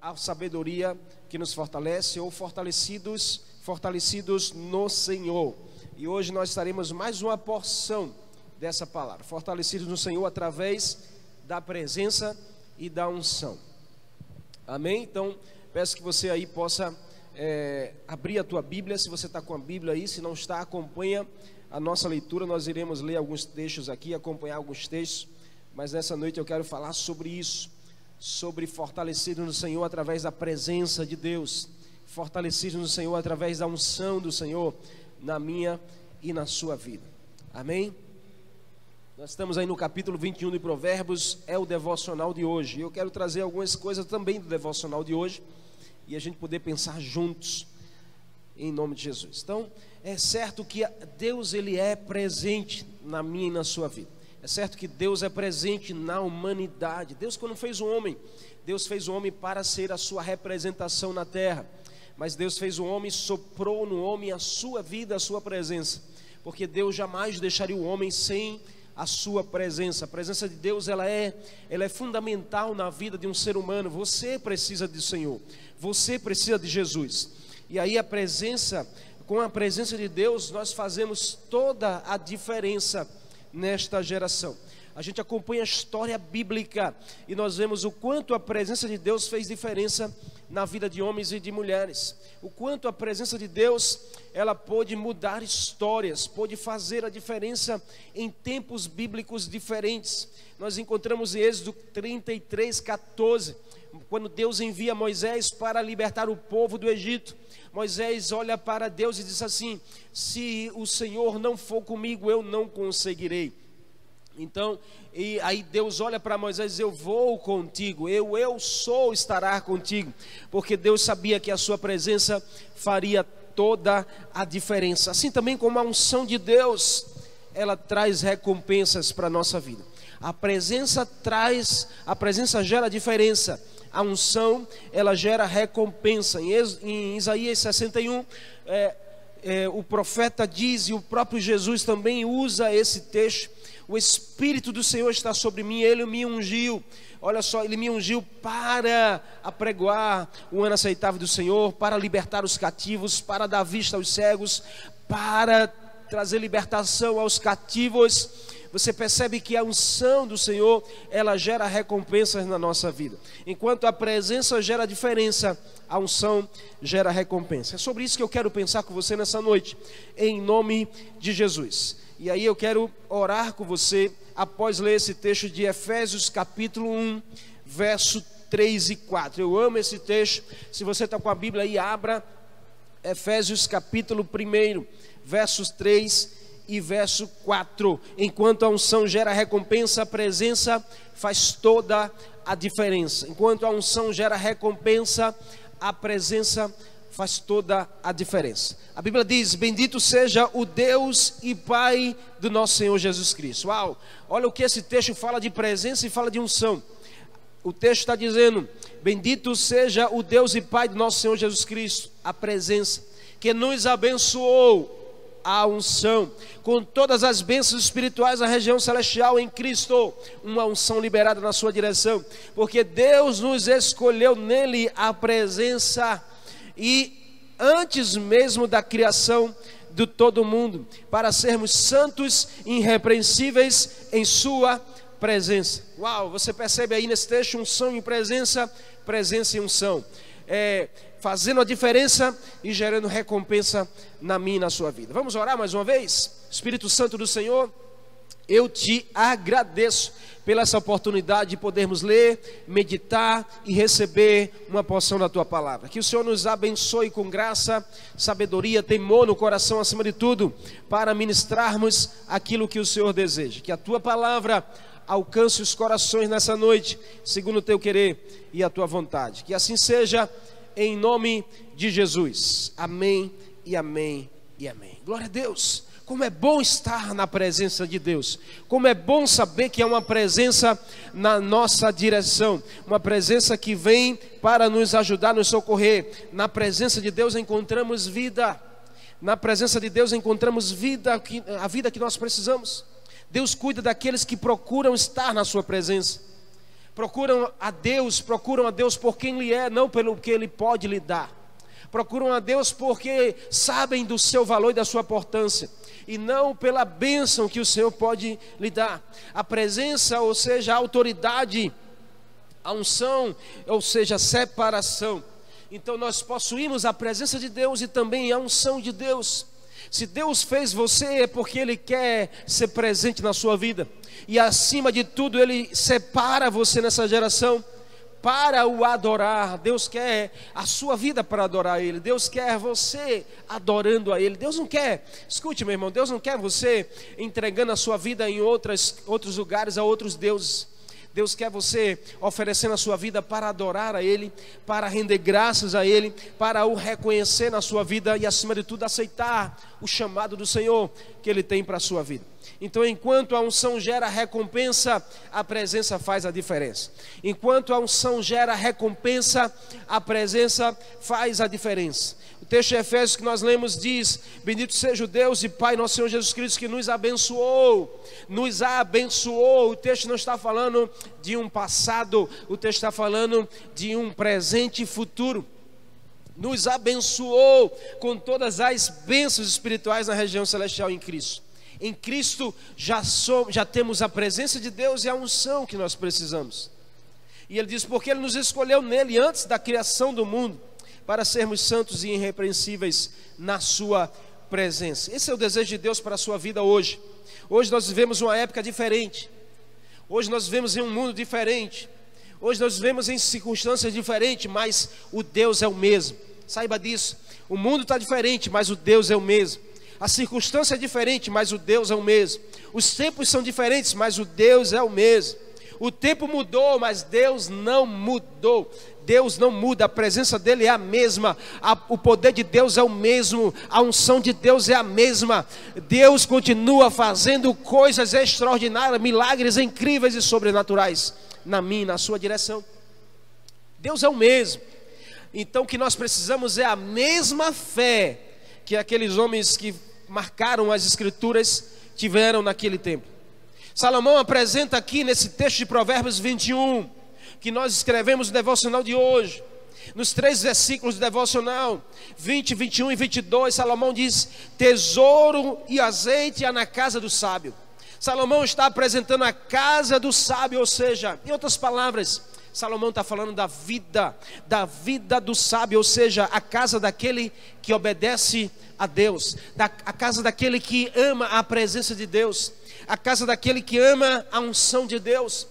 a sabedoria que nos fortalece, ou fortalecidos no Senhor. E hoje nós estaremos mais uma porção dessa palavra, fortalecidos no Senhor através da presença e da unção. Amém? Então, peço que você aí possa abrir a tua Bíblia, se você está com a Bíblia aí, se não está, acompanha a nossa leitura. Nós iremos ler alguns textos aqui, acompanhar alguns textos, mas nessa noite eu quero falar sobre isso, sobre fortalecido no Senhor através da presença de Deus, fortalecido no Senhor através da unção do Senhor na minha e na sua vida. Amém? Nós estamos aí no capítulo 21 de Provérbios, é o devocional de hoje. Eu quero trazer algumas coisas também do devocional de hoje e a gente poder pensar juntos em nome de Jesus. Então, é certo que Deus, ele é presente na minha e na sua vida. É certo que Deus é presente na humanidade. Deus, quando fez o homem, Deus fez o homem para ser a sua representação na terra. Mas Deus fez o homem, soprou no homem a sua vida, a sua presença. Porque Deus jamais deixaria o homem sem a sua presença. A presença de Deus, ela é fundamental na vida de um ser humano. Você precisa do Senhor. Você precisa de Jesus. E aí com a presença de Deus, nós fazemos toda a diferença nesta geração. A gente acompanha a história bíblica e nós vemos o quanto a presença de Deus fez diferença na vida de homens e de mulheres. O quanto a presença de Deus, ela pôde mudar histórias, pôde fazer a diferença em tempos bíblicos diferentes. Nós encontramos em Êxodo 33:14, quando Deus envia Moisés para libertar o povo do Egito. Moisés olha para Deus e diz assim: se o Senhor não for comigo, eu não conseguirei. Então, e aí Deus olha para Moisés e diz: eu vou contigo, eu sou, estará contigo. Porque Deus sabia que a sua presença faria toda a diferença. Assim também como a unção de Deus, ela traz recompensas para a nossa vida. A presença gera diferença. A unção, ela gera recompensa. Em Isaías 61, o profeta diz, e o próprio Jesus também usa esse texto: o Espírito do Senhor está sobre mim, Ele me ungiu. Olha só, Ele me ungiu para apregoar o ano aceitável do Senhor, para libertar os cativos, para dar vista aos cegos, para trazer libertação aos cativos. Você percebe que a unção do Senhor, ela gera recompensas na nossa vida. Enquanto a presença gera diferença, a unção gera recompensa. É sobre isso que eu quero pensar com você nessa noite, em nome de Jesus. E aí eu quero orar com você após ler esse texto de Efésios capítulo 1, verso 3 e 4. Eu amo esse texto. Se você está com a Bíblia aí, abra Efésios capítulo 1, versos 3 e verso 4. Enquanto a unção gera recompensa, a presença faz toda a diferença. Enquanto a unção gera recompensa, a presença faz toda a diferença. A Bíblia diz: bendito seja o Deus e Pai do nosso Senhor Jesus Cristo. Uau! Olha o que esse texto fala de presença e fala de unção. O texto está dizendo: bendito seja o Deus e Pai do nosso Senhor Jesus Cristo, a presença, que nos abençoou, a unção, com todas as bênçãos espirituais da região celestial em Cristo. Uma unção liberada na sua direção, porque Deus nos escolheu nele a presença, e antes mesmo da criação de todo mundo, para sermos santos e irrepreensíveis em sua presença. Uau, você percebe aí nesse texto unção e presença, presença e unção, fazendo a diferença e gerando recompensa na minha e na sua vida. Vamos orar mais uma vez? Espírito Santo do Senhor, eu te agradeço pela essa oportunidade de podermos ler, meditar e receber uma porção da tua palavra. Que o Senhor nos abençoe com graça, sabedoria, temor no coração acima de tudo, para ministrarmos aquilo que o Senhor deseja. Que a tua palavra alcance os corações nessa noite, segundo o teu querer e a tua vontade. Que assim seja, em nome de Jesus. Amém e amém e amém. Glória a Deus. Como é bom estar na presença de Deus. Como é bom saber que há uma presença na nossa direção. Uma presença que vem para nos ajudar, nos socorrer. Na presença de Deus encontramos vida. Na presença de Deus encontramos vida, a vida que nós precisamos. Deus cuida daqueles que procuram estar na sua presença. procuram a Deus por quem Ele é, não pelo que Ele pode lhe dar. Procuram a Deus porque sabem do seu valor e da sua importância, e não pela bênção que o Senhor pode lhe dar. A presença, ou seja, a autoridade, a unção, ou seja, a separação. Então nós possuímos a presença de Deus e também a unção de Deus. Se Deus fez você é porque Ele quer ser presente na sua vida, e acima de tudo Ele separa você nessa geração para o adorar. Deus quer a sua vida para adorar Ele. Deus quer você adorando a Ele. Deus não quer, escute meu irmão, Deus não quer você entregando a sua vida em outros lugares a outros deuses. Deus quer você oferecendo a sua vida para adorar a Ele, para render graças a Ele, para o reconhecer na sua vida e acima de tudo aceitar o chamado do Senhor que Ele tem para a sua vida. Então, enquanto a unção gera recompensa, a presença faz a diferença. Enquanto a unção gera recompensa, a presença faz a diferença. O texto de Efésios que nós lemos diz: bendito seja o Deus e Pai nosso Senhor Jesus Cristo, que nos abençoou. O texto não está falando de um passado, o texto está falando de um presente e futuro. Nos abençoou com todas as bênçãos espirituais na região celestial em Cristo. Em Cristo já temos a presença de Deus e a unção que nós precisamos. E Ele diz: porque Ele nos escolheu nele antes da criação do mundo, para sermos santos e irrepreensíveis na sua presença. Esse é o desejo de Deus para a sua vida hoje. Hoje nós vivemos uma época diferente. Hoje nós vivemos em um mundo diferente. Hoje nós vivemos em circunstâncias diferentes, mas o Deus é o mesmo. Saiba disso. O mundo está diferente, mas o Deus é o mesmo. A circunstância é diferente, mas o Deus é o mesmo. Os tempos são diferentes, mas o Deus é o mesmo. O tempo mudou, mas Deus não mudou. Deus não muda, a presença dele é a mesma, o poder de Deus é o mesmo, a unção de Deus é a mesma. Deus continua fazendo coisas extraordinárias, milagres incríveis e sobrenaturais na minha e na sua direção. Deus é o mesmo. Então o que nós precisamos é a mesma fé que aqueles homens que marcaram as escrituras tiveram naquele tempo. Salomão apresenta aqui nesse texto de Provérbios 21, que nós escrevemos no devocional de hoje, nos 3 versículos do devocional 20, 21 e 22, Salomão diz: tesouro e azeite há na casa do sábio. Salomão está apresentando a casa do sábio, ou seja, em outras palavras, Salomão está falando da vida do sábio, ou seja, a casa daquele que obedece a Deus, a casa daquele que ama a presença de Deus, a casa daquele que ama a unção de Deus.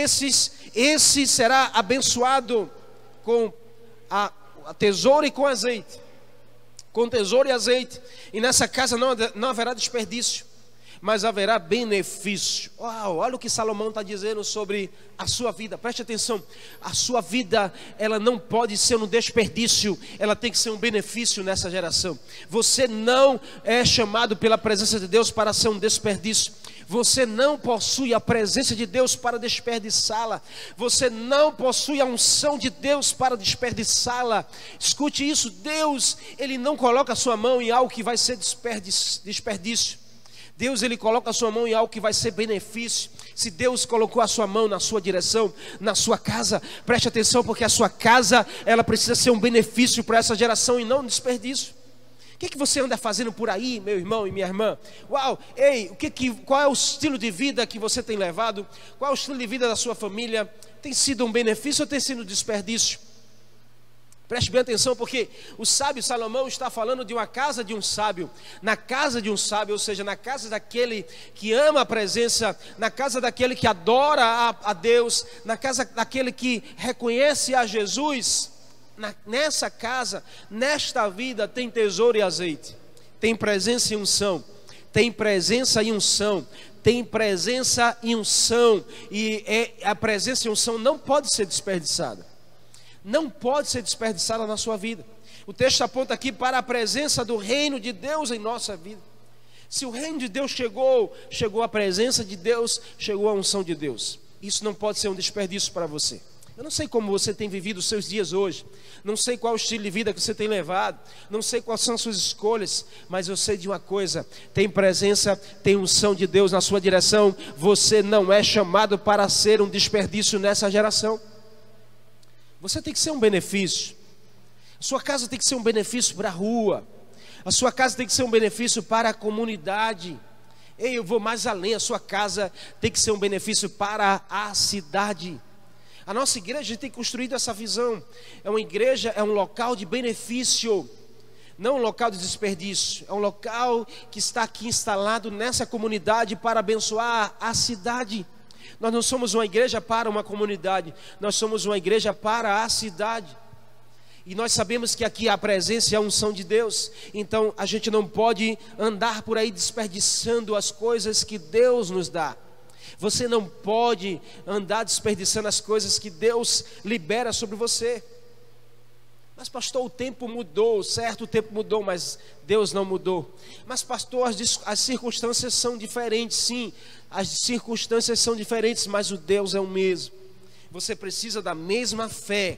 Esse será abençoado com a tesouro e com azeite. Com tesouro e azeite. E nessa casa não haverá desperdício, mas haverá benefício. Uau, olha o que Salomão está dizendo sobre a sua vida. Preste atenção. A sua vida, ela não pode ser um desperdício, ela tem que ser um benefício nessa geração. Você não é chamado pela presença de Deus para ser um desperdício. Você não possui a presença de Deus para desperdiçá-la. Você não possui a unção de Deus para desperdiçá-la. Escute isso: Deus, Ele não coloca a sua mão em algo que vai ser desperdício. Deus, Ele coloca a sua mão em algo que vai ser benefício. Se Deus colocou a sua mão na sua direção, na sua casa, preste atenção, porque a sua casa, ela precisa ser um benefício para essa geração e não um desperdício. O que você anda fazendo por aí, meu irmão e minha irmã? Uau, ei, qual é o estilo de vida que você tem levado? Qual é o estilo de vida da sua família? Tem sido um benefício ou tem sido um desperdício? Preste bem atenção, porque o sábio Salomão está falando de uma casa de um sábio. Na casa de um sábio, ou seja, na casa daquele que ama a presença, na casa daquele que adora a Deus, na casa daquele que reconhece a Jesus. Nessa casa, nesta vida, tem tesouro e azeite, tem presença e unção, tem presença e unção, tem presença e unção, e a presença e unção não pode ser desperdiçada, não pode ser desperdiçada na sua vida. O texto aponta aqui para a presença do reino de Deus em nossa vida. Se o reino de Deus chegou a presença de Deus, chegou a unção de Deus. Isso não pode ser um desperdício para você. Eu não sei como você tem vivido os seus dias hoje, não sei qual o estilo de vida que você tem levado, não sei quais são as suas escolhas, mas eu sei de uma coisa: tem presença, tem unção de Deus na sua direção. Você não é chamado para ser um desperdício nessa geração. Você tem que ser um benefício. A sua casa tem que ser um benefício para a rua, a sua casa tem que ser um benefício para a comunidade. Ei, eu vou mais além, a sua casa tem que ser um benefício para a cidade. A nossa igreja tem construído essa visão. É uma igreja, é um local de benefício, não um local de desperdício. É um local que está aqui instalado nessa comunidade para abençoar a cidade. Nós não somos uma igreja para uma comunidade, nós somos uma igreja para a cidade. E nós sabemos que aqui há a presença e a unção de Deus. Então a gente não pode andar por aí desperdiçando as coisas que Deus nos dá. Você não pode andar desperdiçando as coisas que Deus libera sobre você. Mas pastor, o tempo mudou, certo? O tempo mudou, mas Deus não mudou. Mas pastor, as circunstâncias são diferentes, sim. As circunstâncias são diferentes, mas o Deus é o mesmo. Você precisa da mesma fé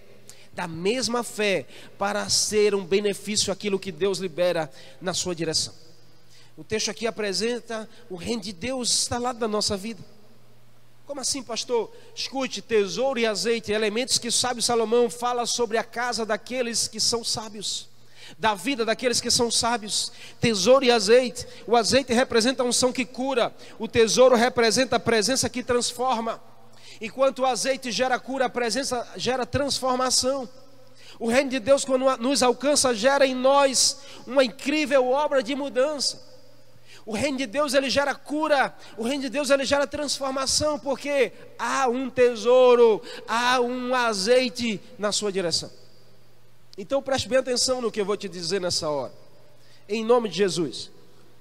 para ser um benefício aquilo que Deus libera na sua direção. O texto aqui apresenta o reino de Deus instalado na nossa vida. Como assim, pastor? Escute: tesouro e azeite, elementos que o sábio Salomão fala sobre a casa daqueles que são sábios, da vida daqueles que são sábios. Tesouro e azeite. O azeite representa a unção que cura, o tesouro representa a presença que transforma. Enquanto o azeite gera cura, a presença gera transformação. O reino de Deus, quando nos alcança, gera em nós uma incrível obra de mudança. O reino de Deus, ele gera cura. O reino de Deus, ele gera transformação, porque há um tesouro, há um azeite na sua direção. Então preste bem atenção no que eu vou te dizer nessa hora, em nome de Jesus.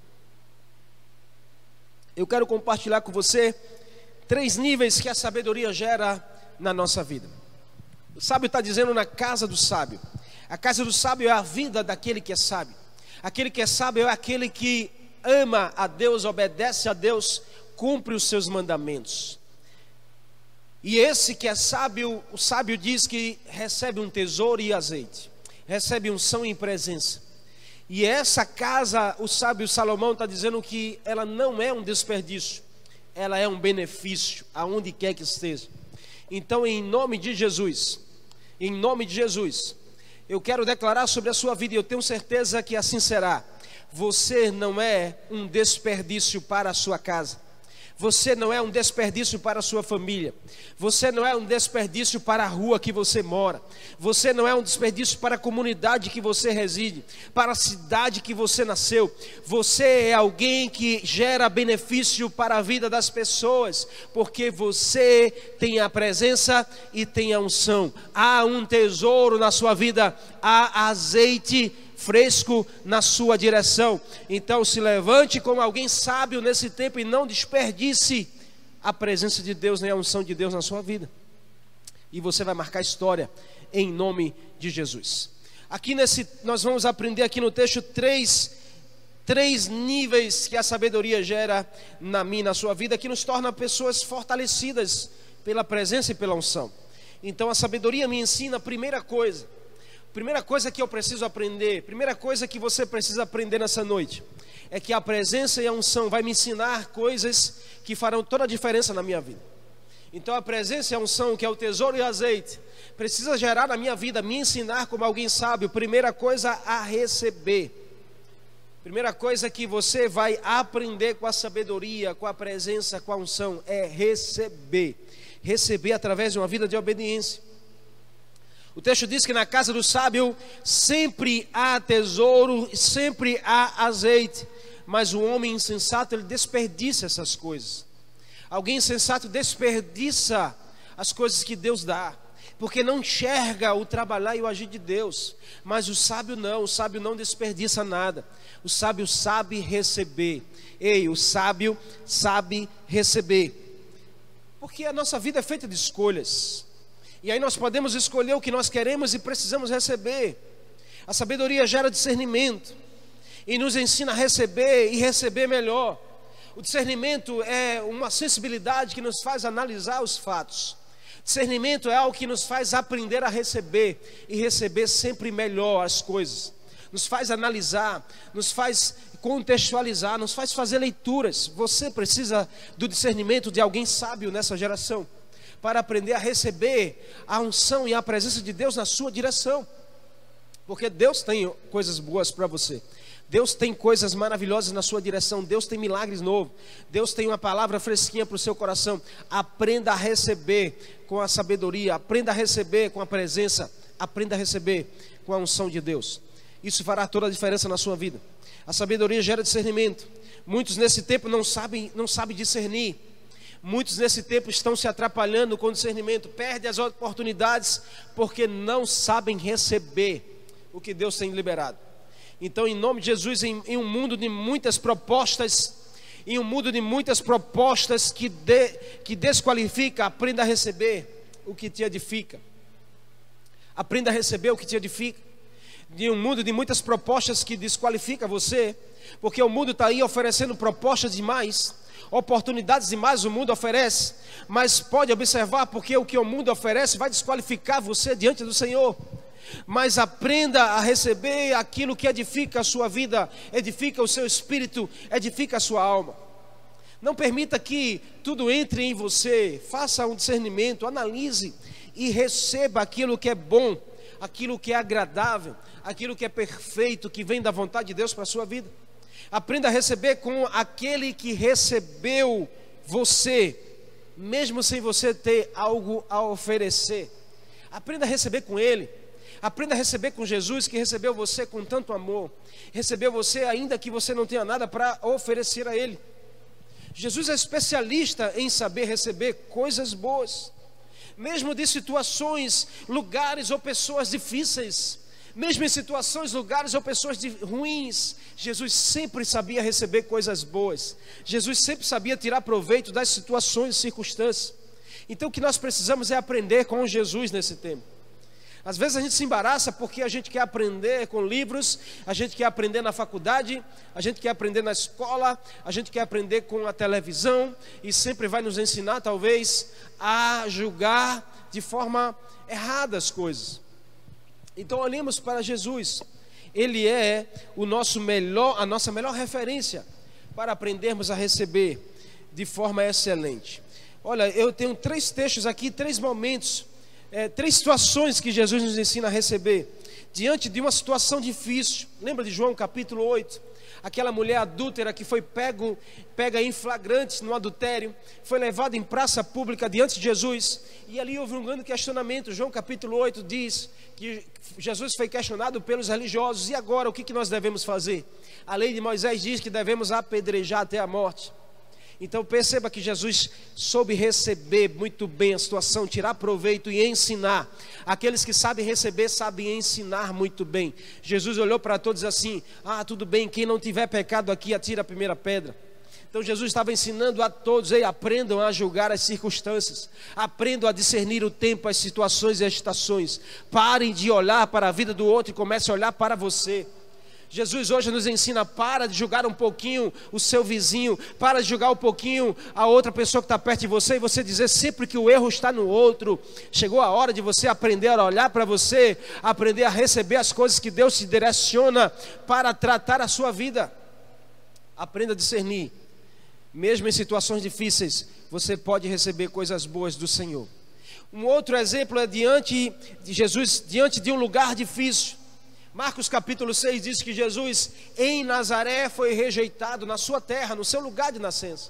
Eu quero compartilhar com você 3 níveis que a sabedoria gera na nossa vida. O sábio está dizendo na casa do sábio. A casa do sábio é a vida daquele que é sábio. Aquele que é sábio é aquele que ama a Deus, obedece a Deus, cumpre os seus mandamentos. E esse que é sábio, o sábio diz que recebe um tesouro e azeite, recebe unção e presença. E essa casa, o sábio Salomão está dizendo que ela não é um desperdício, ela é um benefício, aonde quer que esteja. Então, em nome de Jesus, eu quero declarar sobre a sua vida, e eu tenho certeza que assim será. Você não é um desperdício para a sua casa. Você não é um desperdício para a sua família. Você não é um desperdício para a rua que você mora. Você não é um desperdício para a comunidade que você reside, para a cidade que você nasceu. Você é alguém que gera benefício para a vida das pessoas, porque você tem a presença e tem a unção. Há um tesouro na sua vida, há azeite fresco na sua direção. Então se levante como alguém sábio nesse tempo e não desperdice a presença de Deus nem a unção de Deus na sua vida. E você vai marcar história em nome de Jesus. Aqui nós vamos aprender aqui no texto três níveis que a sabedoria gera na minha e na sua vida, que nos torna pessoas fortalecidas pela presença e pela unção. Então a sabedoria me ensina a primeira coisa que eu preciso aprender, primeira coisa que você precisa aprender nessa noite, é que a presença e a unção vai me ensinar coisas que farão toda a diferença na minha vida. Então a presença e a unção, que é o tesouro e o azeite, precisa gerar na minha vida, me ensinar como alguém sábio. Primeira coisa a receber. Primeira coisa que você vai aprender com a sabedoria, com a presença, com a unção, é receber. Receber através de uma vida de obediência. O texto diz que na casa do sábio sempre há tesouro, sempre há azeite, mas o homem insensato, ele desperdiça essas coisas. Alguém insensato desperdiça as coisas que Deus dá, porque não enxerga o trabalhar e o agir de Deus. Mas o sábio não desperdiça nada. O sábio sabe receber. Ei, o sábio sabe receber, porque a nossa vida é feita de escolhas. E aí nós podemos escolher o que nós queremos e precisamos receber. A sabedoria gera discernimento e nos ensina a receber e receber melhor. O discernimento é uma sensibilidade que nos faz analisar os fatos. Discernimento é algo que nos faz aprender a receber e receber sempre melhor as coisas. Nos faz analisar, nos faz contextualizar, nos faz fazer leituras. Você precisa do discernimento de alguém sábio nessa geração para aprender a receber a unção e a presença de Deus na sua direção. Porque Deus tem coisas boas para você. Deus tem coisas maravilhosas na sua direção. Deus tem milagres novos. Deus tem uma palavra fresquinha para o seu coração. Aprenda a receber com a sabedoria. Aprenda a receber com a presença. Aprenda a receber com a unção de Deus. Isso fará toda a diferença na sua vida. A sabedoria gera discernimento. Muitos nesse tempo não sabem discernir. Muitos nesse tempo estão se atrapalhando com o discernimento. Perdem as oportunidades porque não sabem receber o que Deus tem liberado. Então, em nome de Jesus, em um mundo de muitas propostas, que desqualifica, aprenda a receber o que te edifica. Aprenda a receber o que te edifica. De um mundo de muitas propostas que desqualifica você, porque o mundo está aí oferecendo propostas demais, oportunidades demais o mundo oferece, mas pode observar, porque o que o mundo oferece vai desqualificar você diante do Senhor. Mas aprenda a receber aquilo que edifica a sua vida, edifica o seu espírito, edifica a sua alma. Não permita que tudo entre em você. Faça um discernimento, analise e receba aquilo que é bom, aquilo que é agradável, aquilo que é perfeito, que vem da vontade de Deus para a sua vida. Aprenda a receber com aquele que recebeu você, mesmo sem você ter algo a oferecer. Aprenda a receber com Ele. Aprenda a receber com Jesus, que recebeu você com tanto amor. Recebeu você ainda que você não tenha nada para oferecer a Ele. Jesus é especialista em saber receber coisas boas. Mesmo de situações, lugares ou pessoas difíceis. Mesmo em situações, lugares ou pessoas ruins, Jesus sempre sabia receber coisas boas. Jesus sempre sabia tirar proveito das situações e circunstâncias. Então o que nós precisamos é aprender com Jesus nesse tempo. Às vezes a gente se embaraça porque a gente quer aprender com livros, a gente quer aprender na faculdade, a gente quer aprender na escola, a gente quer aprender com a televisão, e sempre vai nos ensinar talvez a julgar de forma errada as coisas. Então olhemos para Jesus. Ele é a nossa melhor referência para aprendermos a receber de forma excelente. Olha, eu tenho 3 textos aqui, 3 momentos, 3 situações que Jesus nos ensina a receber diante de uma situação difícil. Lembra de João capítulo 8? Aquela mulher adúltera que foi pega em flagrante no adultério, foi levada em praça pública diante de Jesus, e ali houve um grande questionamento. João capítulo 8 diz que Jesus foi questionado pelos religiosos: e agora o que nós devemos fazer? A lei de Moisés diz que devemos apedrejar até a morte. Então perceba que Jesus soube receber muito bem a situação, tirar proveito e ensinar. Aqueles que sabem receber, sabem ensinar muito bem. Jesus olhou para todos assim: tudo bem, quem não tiver pecado aqui, atira a primeira pedra. Então Jesus estava ensinando a todos: aprendam a julgar as circunstâncias, aprendam a discernir o tempo, as situações e as estações. Parem de olhar para a vida do outro e comecem a olhar para você. Jesus hoje nos ensina: para de julgar um pouquinho o seu vizinho, para de julgar um pouquinho a outra pessoa que está perto de você, e você dizer sempre que o erro está no outro. Chegou a hora de você aprender a olhar para você, aprender a receber as coisas que Deus te direciona para tratar a sua vida. Aprenda a discernir. Mesmo em situações difíceis, você pode receber coisas boas do Senhor. Um outro exemplo é diante de Jesus, diante de um lugar difícil. Marcos capítulo 6 diz que Jesus em Nazaré foi rejeitado na sua terra, no seu lugar de nascença.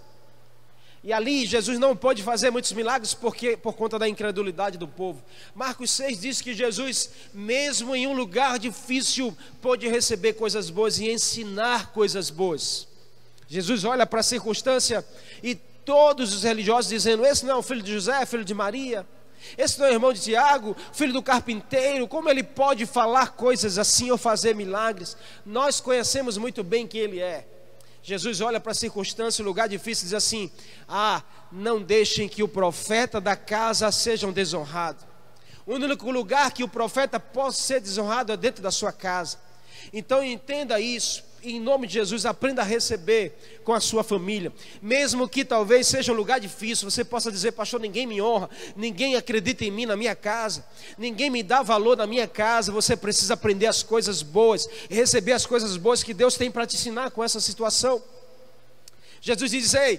E ali Jesus não pôde fazer muitos milagres por conta da incredulidade do povo. Marcos 6 diz que Jesus, mesmo em um lugar difícil, pôde receber coisas boas e ensinar coisas boas. Jesus olha para a circunstância e todos os religiosos dizendo: esse não é o filho de José, filho de Maria? Esse não é o irmão de Tiago, filho do carpinteiro? Como ele pode falar coisas assim ou fazer milagres? Nós conhecemos muito bem quem ele é. Jesus olha para a circunstância, o lugar difícil, e diz assim: não deixem que o profeta da casa seja desonrado. O único lugar que o profeta possa ser desonrado é dentro da sua casa. Então entenda isso. em nome de Jesus, aprenda a receber com a sua família. Mesmo que talvez seja um lugar difícil, você possa dizer: pastor, ninguém me honra, ninguém acredita em mim na minha casa, ninguém me dá valor na minha casa. Você precisa aprender as coisas boas e receber as coisas boas que Deus tem para te ensinar com essa situação. Jesus diz: ei,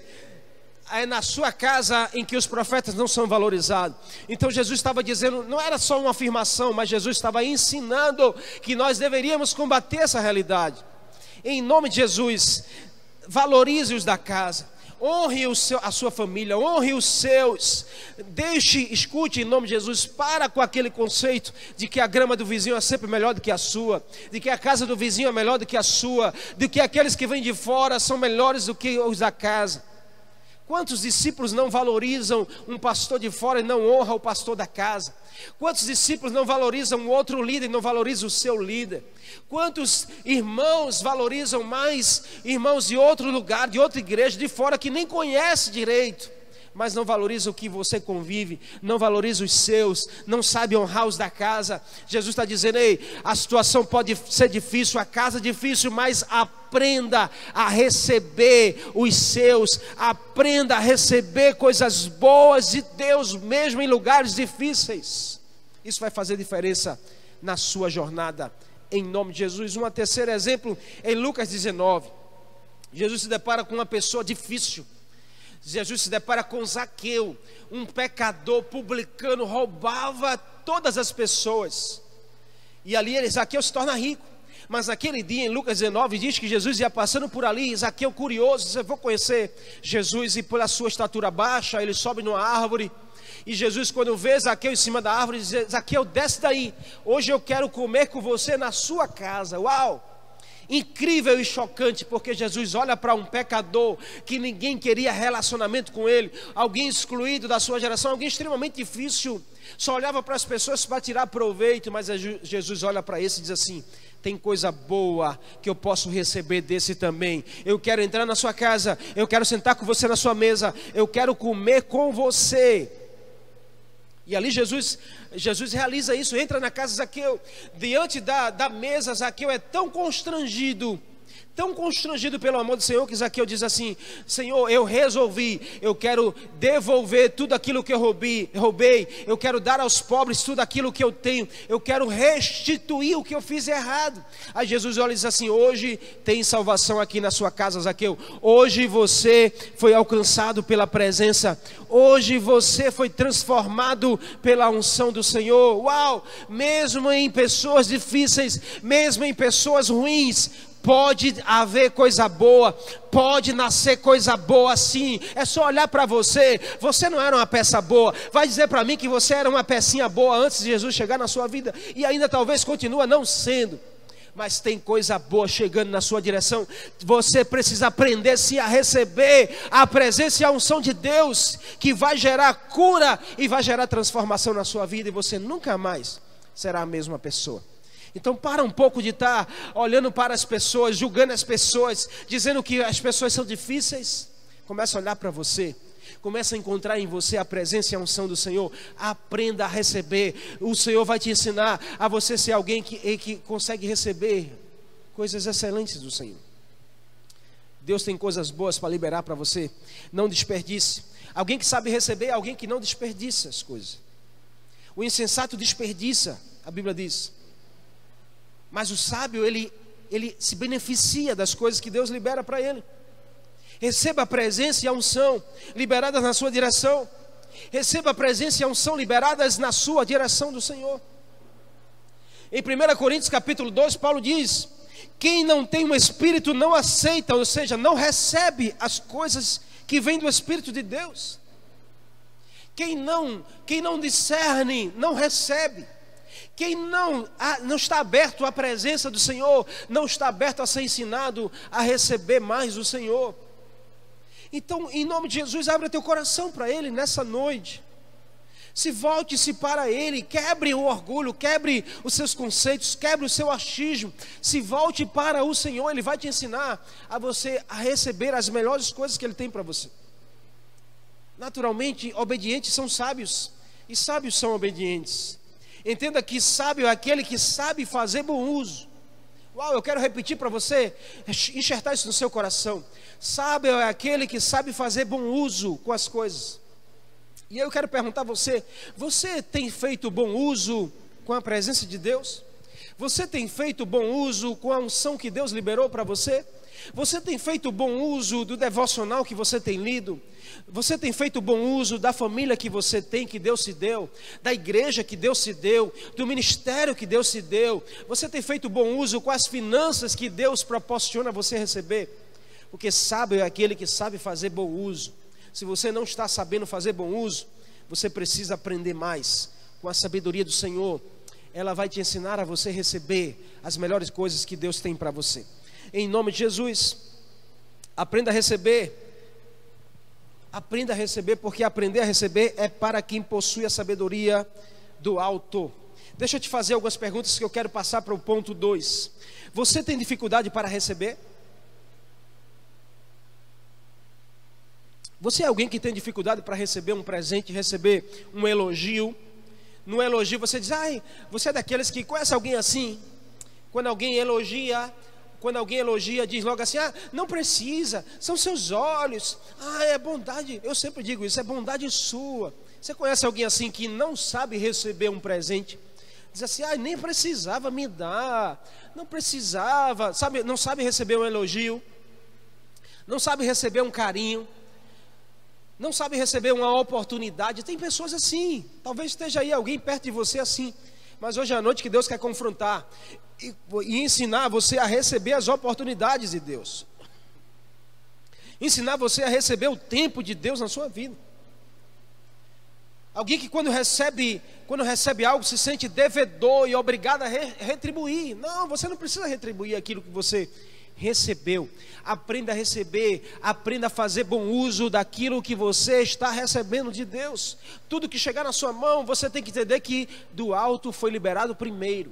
é na sua casa em que os profetas não são valorizados. Então Jesus estava dizendo, não era só uma afirmação, mas Jesus estava ensinando que nós deveríamos combater essa realidade. Em nome de Jesus, valorize os da casa, honre a sua família, honre os seus. Escute em nome de Jesus, para com aquele conceito de que a grama do vizinho é sempre melhor do que a sua, de que a casa do vizinho é melhor do que a sua, de que aqueles que vêm de fora são melhores do que os da casa. Quantos discípulos não valorizam um pastor de fora e não honram o pastor da casa? Quantos discípulos não valorizam um outro líder e não valorizam o seu líder? Quantos irmãos valorizam mais irmãos de outro lugar, de outra igreja, de fora, que nem conhece direito, mas não valoriza o que você convive, não valoriza os seus, não sabe honrar os da casa? Jesus está dizendo: ei, a situação pode ser difícil, a casa é difícil, mas aprenda a receber os seus, aprenda a receber coisas boas de Deus, mesmo em lugares difíceis. Isso vai fazer diferença na sua jornada, em nome de Jesus. Um terceiro exemplo, em Lucas 19, Jesus se depara com uma pessoa difícil. Jesus se depara com Zaqueu, um pecador publicano, roubava todas as pessoas. E ali Zaqueu se torna rico. Mas naquele dia, em Lucas 19, diz que Jesus ia passando por ali. E Zaqueu, curioso, diz: eu vou conhecer Jesus. E pela sua estatura baixa, ele sobe numa árvore. E Jesus, quando vê Zaqueu em cima da árvore, diz: Zaqueu, desce daí, hoje eu quero comer com você na sua casa. Uau! Incrível e chocante, porque Jesus olha para um pecador que ninguém queria relacionamento com ele, alguém excluído da sua geração, alguém extremamente difícil, só olhava para as pessoas para tirar proveito. Mas Jesus olha para esse e diz assim: tem coisa boa que eu posso receber desse também. Eu quero entrar na sua casa, eu quero sentar com você na sua mesa, eu quero comer com você. E ali Jesus realiza isso, entra na casa de Zaqueu. Diante da mesa, Zaqueu é tão constrangido pelo amor do Senhor, que Zaqueu diz assim: Senhor, eu resolvi, eu quero devolver tudo aquilo que eu roubei, eu quero dar aos pobres tudo aquilo que eu tenho, eu quero restituir o que eu fiz errado. Aí Jesus olha e diz assim: hoje tem salvação aqui na sua casa, Zaqueu. Hoje você foi alcançado pela presença, hoje você foi transformado pela unção do Senhor. Uau! Mesmo em pessoas difíceis, mesmo em pessoas ruins, pode haver coisa boa, pode nascer coisa boa sim. É só olhar para você. Você não era uma peça boa. Vai dizer para mim que você era uma pecinha boa antes de Jesus chegar na sua vida, e ainda talvez continua não sendo. Mas tem coisa boa chegando na sua direção. Você precisa aprender sim a receber a presença e a unção de Deus, que vai gerar cura e vai gerar transformação na sua vida, e você nunca mais será a mesma pessoa. Então para um pouco de estar olhando para as pessoas, julgando as pessoas, dizendo que as pessoas são difíceis. Começa a olhar para você, começa a encontrar em você a presença e a unção do Senhor. Aprenda a receber. O Senhor vai te ensinar a você ser alguém que consegue receber coisas excelentes do Senhor. Deus tem coisas boas para liberar para você. Não desperdice. Alguém que sabe receber é alguém que não desperdiça as coisas. O insensato desperdiça, a Bíblia diz. Mas o sábio, ele se beneficia das coisas que Deus libera para ele. Receba a presença e a unção liberadas na sua direção. Receba a presença e a unção liberadas na sua direção do Senhor. Em 1 Coríntios capítulo 2, Paulo diz: quem não tem um Espírito não aceita, ou seja, não recebe as coisas que vêm do Espírito de Deus. Quem não discerne, não recebe. Quem não está aberto à presença do Senhor, não está aberto a ser ensinado a receber mais do Senhor. Então, em nome de Jesus, abre teu coração para Ele nessa noite. Volte-se para Ele, quebre o orgulho, quebre os seus conceitos, quebre o seu achismo. Se volte para o Senhor, Ele vai te ensinar a você a receber as melhores coisas que Ele tem para você. Naturalmente, obedientes são sábios, e sábios são obedientes. Entenda que sábio é aquele que sabe fazer bom uso Uau, eu quero repetir para você, enxertar isso no seu coração. Sábio é aquele que sabe fazer bom uso com as coisas. E eu quero perguntar a você: você tem feito bom uso com a presença de Deus? Você tem feito bom uso com a unção que Deus liberou para você? Você tem feito bom uso do devocional que você tem lido? Você tem feito bom uso da família que você tem, que Deus se deu, da igreja que Deus se deu, do ministério que Deus se deu? Você tem feito bom uso com as finanças que Deus proporciona você receber? Porque sábio é aquele que sabe fazer bom uso. Se você não está sabendo fazer bom uso, você precisa aprender mais com a sabedoria do Senhor. Ela vai te ensinar a você receber as melhores coisas que Deus tem para você. Em nome de Jesus, aprenda a receber. Aprenda a receber, porque aprender a receber é para quem possui a sabedoria do alto. Deixa eu te fazer algumas perguntas que eu quero passar para o ponto 2. Você tem dificuldade para receber? Você é alguém que tem dificuldade para receber um presente, receber um elogio? No elogio você diz: ai, você é daqueles que conhece alguém assim? Quando alguém elogia, diz logo assim: ah, não precisa, são seus olhos, ah, é bondade. Eu sempre digo isso, é bondade sua. Você conhece alguém assim que não sabe receber um presente? Diz assim: ah, nem precisava me dar, não precisava, sabe, não sabe receber um elogio, não sabe receber um carinho, não sabe receber uma oportunidade. Tem pessoas assim. Talvez esteja aí alguém perto de você assim. Mas hoje é a noite que Deus quer confrontar e ensinar você a receber as oportunidades de Deus. Ensinar você a receber o tempo de Deus na sua vida. Alguém que quando recebe algo se sente devedor e obrigado a retribuir. Não, você não precisa retribuir aquilo que você recebeu. Aprenda a receber, aprenda a fazer bom uso daquilo que você está recebendo de Deus. Tudo que chegar na sua mão, você tem que entender que do alto foi liberado primeiro.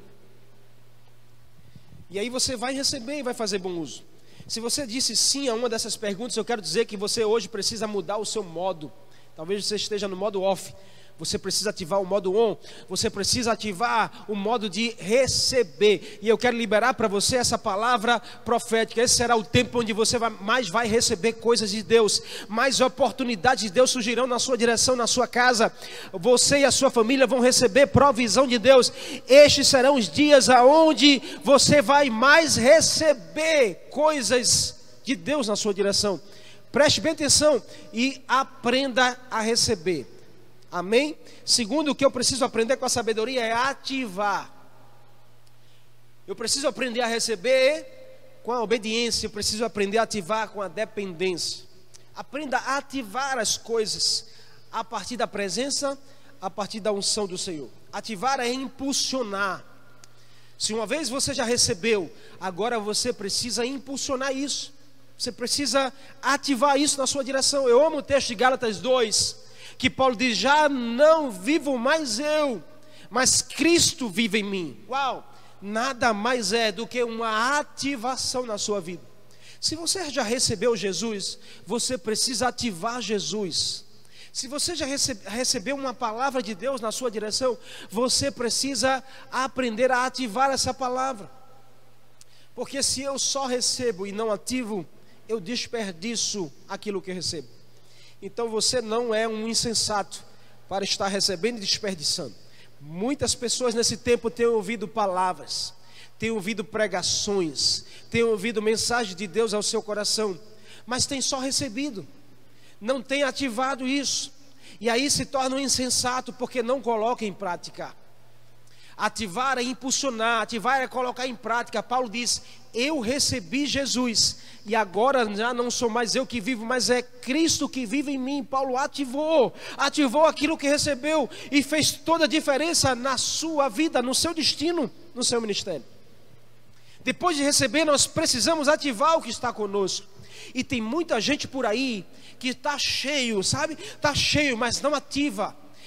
E aí você vai receber e vai fazer bom uso. Se você disse sim a uma dessas perguntas, eu quero dizer que você hoje precisa mudar o seu modo. Talvez você esteja no modo off. Você precisa ativar o modo on. Você precisa ativar o modo de receber. E eu quero liberar para você essa palavra profética. Esse será o tempo onde você mais vai receber coisas de Deus. Mais oportunidades de Deus surgirão na sua direção, na sua casa. Você e a sua família vão receber provisão de Deus. Estes serão os dias aonde você vai mais receber coisas de Deus na sua direção. Preste bem atenção e aprenda a receber. Amém? Segundo, o que eu preciso aprender com a sabedoria é ativar. Eu preciso aprender a receber com a obediência. Eu preciso aprender a ativar com a dependência. Aprenda a ativar as coisas a partir da presença, a partir da unção do Senhor. Ativar é impulsionar. Se uma vez você já recebeu, agora você precisa impulsionar isso. Você precisa ativar isso na sua direção. Eu amo o texto de Gálatas 2, que Paulo diz: já não vivo mais eu, mas Cristo vive em mim. Uau! Nada mais é do que uma ativação na sua vida. Se você já recebeu Jesus, você precisa ativar Jesus. Se você já recebeu uma palavra de Deus na sua direção, você precisa aprender a ativar essa palavra. Porque se eu só recebo e não ativo, eu desperdiço aquilo que eu recebo. Então você não é um insensato para estar recebendo e desperdiçando. Muitas pessoas nesse tempo têm ouvido palavras, têm ouvido pregações, têm ouvido mensagem de Deus ao seu coração, mas têm só recebido, não têm ativado isso. E aí se torna um insensato porque não coloca em prática. Ativar é impulsionar, ativar é colocar em prática. Paulo diz: eu recebi Jesus e agora já não sou mais eu que vivo, mas é Cristo que vive em mim. Paulo ativou aquilo que recebeu e fez toda a diferença na sua vida, no seu destino, no seu ministério. Depois de receber, nós precisamos ativar o que está conosco. E tem muita gente por aí que está cheio, sabe? Está cheio, mas não ativa.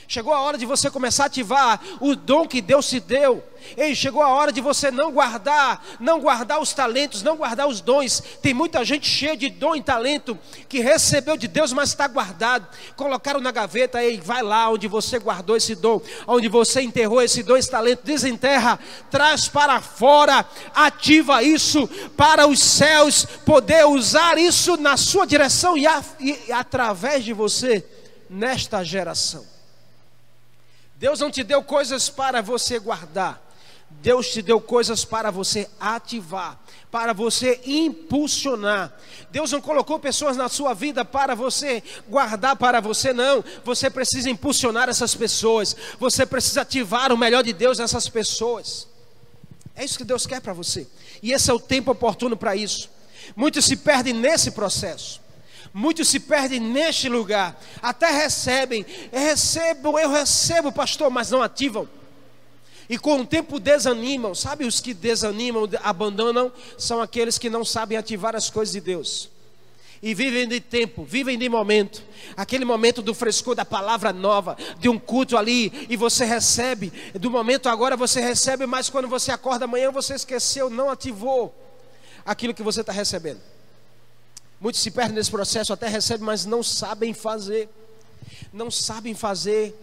Chegou a hora de você começar a ativar o dom que Deus te deu. Ei, chegou a hora de você não guardar os talentos, não guardar os dons. Tem muita gente cheia de dom e talento que recebeu de Deus, mas está guardado. Colocaram na gaveta. Ei, vai lá onde você guardou esse dom, onde você enterrou esse dom, esse talento, desenterra, traz para fora, ativa isso para os céus poder usar isso na sua direção e através de você nesta geração. Deus não te deu coisas para você guardar. Deus te deu coisas para você ativar, para você impulsionar. Deus não colocou pessoas na sua vida para você guardar para você, não. Você precisa impulsionar essas pessoas. Você precisa ativar o melhor de Deus nessas pessoas. É isso que Deus quer para você. E esse é o tempo oportuno para isso. Muitos se perdem nesse processo. Muitos se perdem neste lugar. Até recebem. Eu recebo, pastor, mas não ativam. E com o tempo desanimam. Sabe, os que desanimam, abandonam, são aqueles que não sabem ativar as coisas de Deus. E vivem de tempo, vivem de momento. Aquele momento do frescor da palavra nova, de um culto ali, e você recebe. Do momento agora você recebe, mas quando você acorda amanhã você esqueceu, não ativou aquilo que você está recebendo. Muitos se perdem nesse processo, até recebem, mas não sabem fazer. Não sabem fazer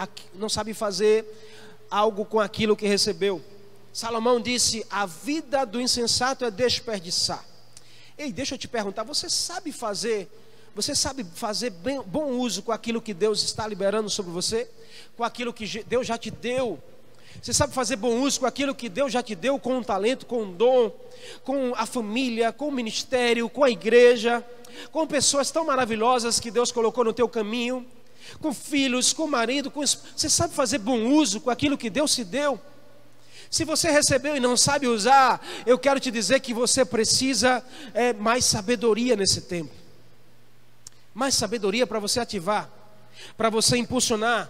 algo com aquilo que recebeu. Salomão disse: a vida do insensato é desperdiçar. Ei, deixa eu te perguntar, você sabe fazer bom uso com aquilo que Deus está liberando sobre você? Com aquilo que Deus já te deu? Você sabe fazer bom uso com aquilo que Deus já te deu, com o talento, com o dom, com a família, com o ministério, com a igreja, com pessoas tão maravilhosas que Deus colocou no teu caminho, com filhos, com marido, você sabe fazer bom uso com aquilo que Deus te deu? Se você recebeu e não sabe usar, eu quero te dizer que você precisa mais sabedoria nesse tempo. Mais sabedoria para você ativar, para você impulsionar